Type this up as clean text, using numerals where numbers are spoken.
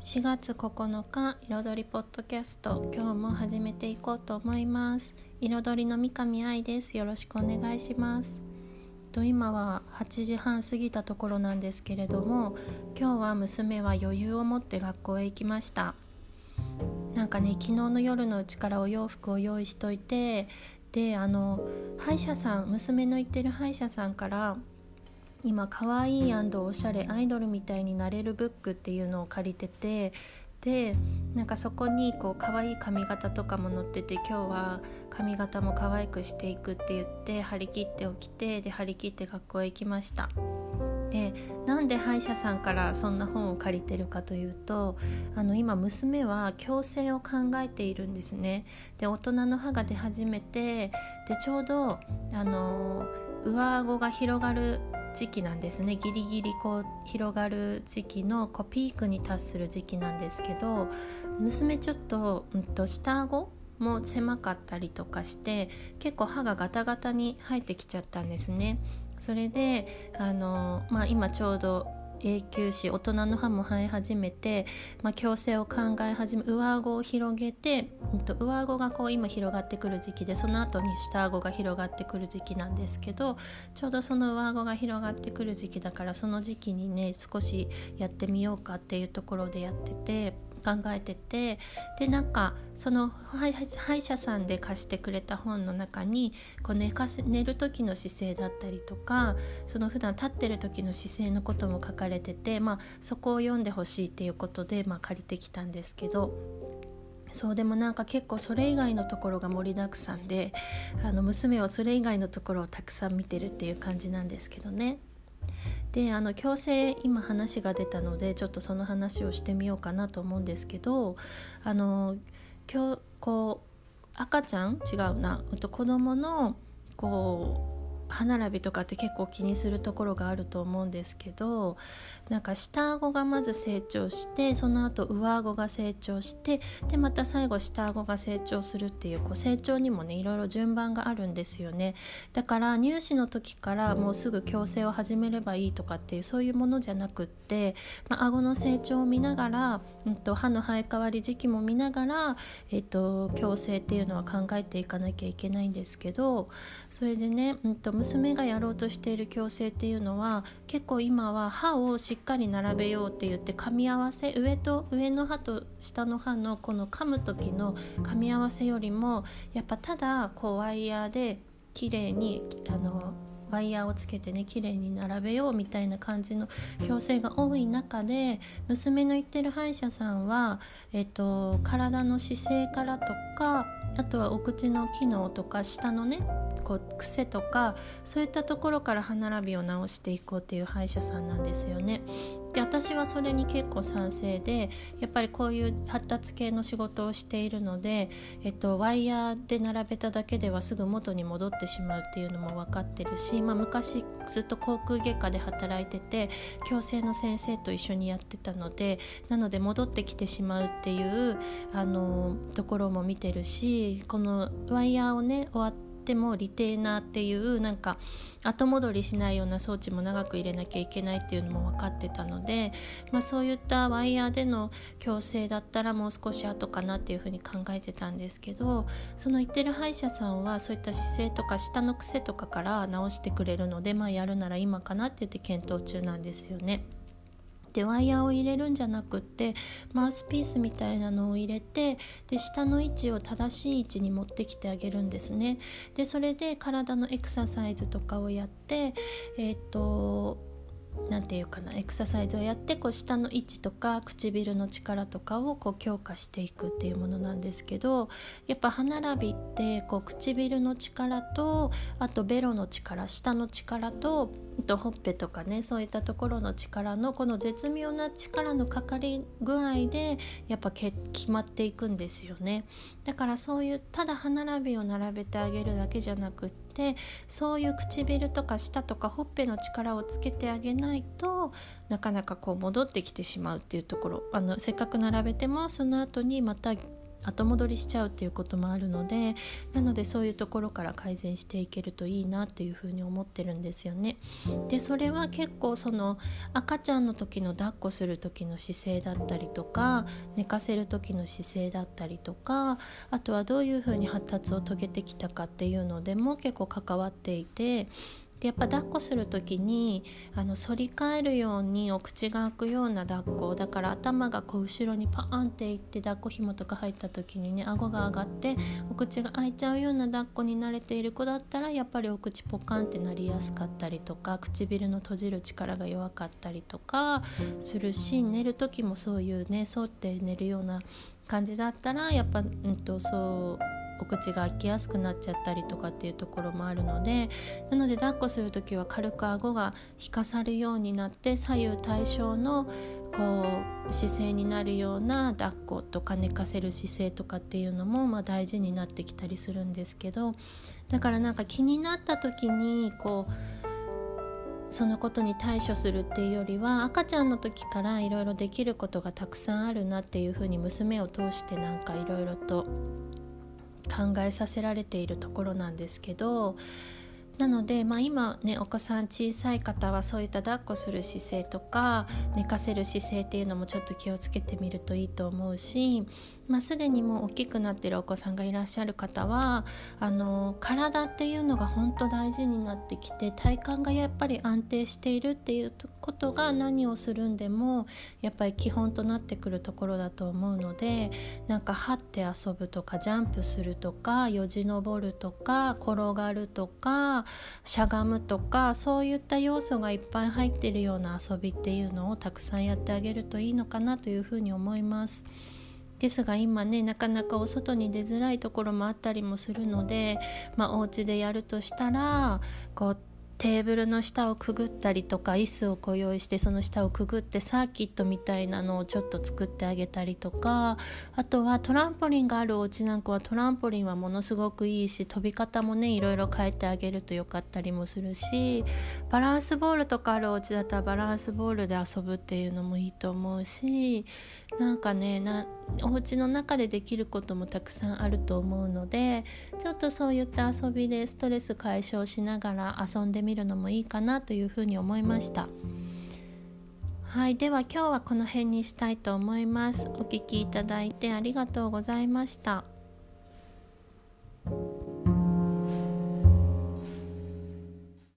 4月9日彩りポッドキャスト、今日も始めていこうと思います。彩りの三上愛です。よろしくお願いします。今は8時半過ぎたところなんですけれども、今日は娘は余裕を持って学校へ行きました。昨日の夜のうちからお洋服を用意しといて、で歯医者さん、娘の行ってる歯医者さんから今かわいい&おしゃれアイドルみたいになれるブックっていうのを借りてて、でそこにかわいい髪型とかも載ってて、今日は髪型も可愛くしていくって言って張り切って起きて、で張り切って学校へ行きました。でなんで歯医者さんからそんな本を借りてるかというと、今娘は矯正を考えているんですね。で大人の歯が出始めて、でちょうど上顎が広がる時期なんですね。ギリギリ広がる時期のピークに達する時期なんですけど、娘ちょっと、下顎も狭かったりとかして、結構歯がガタガタに生えてきちゃったんですね。それで今ちょうど永久歯、大人の歯も生え始めて、矯正を考え始め、上顎を広げて、上顎が今広がってくる時期で、その後に下顎が広がってくる時期なんですけど、ちょうどその上顎が広がってくる時期だから、その時期にね少しやってみようかっていうところでやってて、考えてて、でその歯医者さんで貸してくれた本の中に寝る時の姿勢だったりとか、その普段立ってる時の姿勢のことも書かれてて、そこを読んでほしいっていうことで、借りてきたんですけど、そうでも結構それ以外のところが盛りだくさんで、娘はそれ以外のところをたくさん見てるっていう感じなんですけどね。で矯正、今話が出たのでちょっとその話をしてみようかなと思うんですけど、赤ちゃん違うな子供の歯並びとかって結構気にするところがあると思うんですけど、下顎がまず成長して、その後上顎が成長して、でまた最後下顎が成長するっていう、成長にもねいろいろ順番があるんですよね。だから乳歯の時からもうすぐ矯正を始めればいいとかっていう、そういうものじゃなくって、顎の成長を見ながら、歯の生え変わり時期も見ながら、矯正っていうのは考えていかなきゃいけないんですけど、それでね、娘がやろうとしている矯正っていうのは、結構今は歯をしっかり並べようって言って、噛み合わせ、上の歯と下の歯のこの噛む時の噛み合わせよりも、やっぱただワイヤーで綺麗にワイヤーをつけてね綺麗に並べようみたいな感じの矯正が多い中で、娘の行ってる歯医者さんは、体の姿勢からとか、あとはお口の機能とか、下のね癖とか、そういったところから歯並びを直していこうっていう歯医者さんなんですよね。で私はそれに結構賛成で、やっぱりこういう発達系の仕事をしているので、ワイヤーで並べただけではすぐ元に戻ってしまうっていうのも分かってるし、昔ずっと口腔外科で働いてて、矯正の先生と一緒にやってたので、なので戻ってきてしまうっていうところも見てるし、このワイヤーをね終わってもリテーナーっていう後戻りしないような装置も長く入れなきゃいけないっていうのも分かってたので、そういったワイヤーでの矯正だったらもう少し後かなっていうふうに考えてたんですけど、その行ってる歯医者さんはそういった姿勢とか下の癖とかから直してくれるので、やるなら今かなって言って検討中なんですよね。でワイヤーを入れるんじゃなくって、マウスピースみたいなのを入れて、で下の位置を正しい位置に持ってきてあげるんですね。でそれで体のエクササイズとかをやって、エクササイズをやって、下の位置とか唇の力とかを強化していくっていうものなんですけど、やっぱ歯並びって唇の力と、あとベロの力、下の力と、ほっぺとかね、そういったところの力のこの絶妙な力のかかり具合でやっぱ決まっていくんですよね。だからそういうただ歯並びを並べてあげるだけじゃなくって、そういう唇とか舌とかほっぺの力をつけてあげないと、なかなか戻ってきてしまうっていうところ、せっかく並べてもその後にまた後戻りしちゃうっていうこともあるので、なのでそういうところから改善していけるといいなっていうふうに思ってるんですよね。でそれは結構その赤ちゃんの時の抱っこする時の姿勢だったりとか、寝かせる時の姿勢だったりとか、あとはどういうふうに発達を遂げてきたかっていうのでも結構関わっていて、でやっぱ抱っこする時に反り返るようにお口が開くような抱っこだから、頭がこう後ろにパーンっていって抱っこ紐とか入った時にね、顎が上がってお口が開いちゃうような抱っこに慣れている子だったらやっぱりお口ポカンってなりやすかったりとか、唇の閉じる力が弱かったりとかするし、寝る時もそういうね沿って寝るような感じだったらやっぱ、そうお口が開きやすくなっちゃったりとかっていうところもあるので、なので抱っこするときは軽く顎が引かさるようになって左右対称のこう姿勢になるような抱っことか寝かせる姿勢とかっていうのも大事になってきたりするんですけど、だからなんか気になった時にこうそのことに対処するっていうよりは、赤ちゃんの時からいろいろできることがたくさんあるなっていうふうに娘を通してなんかいろいろと考えさせられているところなんですけど、なので、今ねお子さん小さい方はそういった抱っこする姿勢とか寝かせる姿勢っていうのもちょっと気をつけてみるといいと思うし、すでにもう大きくなっているお子さんがいらっしゃる方は体っていうのが本当大事になってきて、体幹がやっぱり安定しているっていうことが何をするんでもやっぱり基本となってくるところだと思うので、なんか張って遊ぶとかジャンプするとかよじ登るとか転がるとかしゃがむとか、そういった要素がいっぱい入っているような遊びっていうのをたくさんやってあげるといいのかなというふうに思います。ですが今ねなかなかお外に出づらいところもあったりもするので、お家でやるとしたらこうテーブルの下をくぐったりとか、椅子をこう用意してその下をくぐってサーキットみたいなのをちょっと作ってあげたりとか、あとはトランポリンがあるお家なんかはトランポリンはものすごくいいし、飛び方もねいろいろ変えてあげるとよかったりもするし、バランスボールとかあるお家だったらバランスボールで遊ぶっていうのもいいと思うし、なんかねお家の中でできることもたくさんあると思うので、ちょっとそういった遊びでストレス解消しながら遊んでみるのもいいかなというふうに思いました。はい、では今日はこの辺にしたいと思います。お聞きいただいてありがとうございました。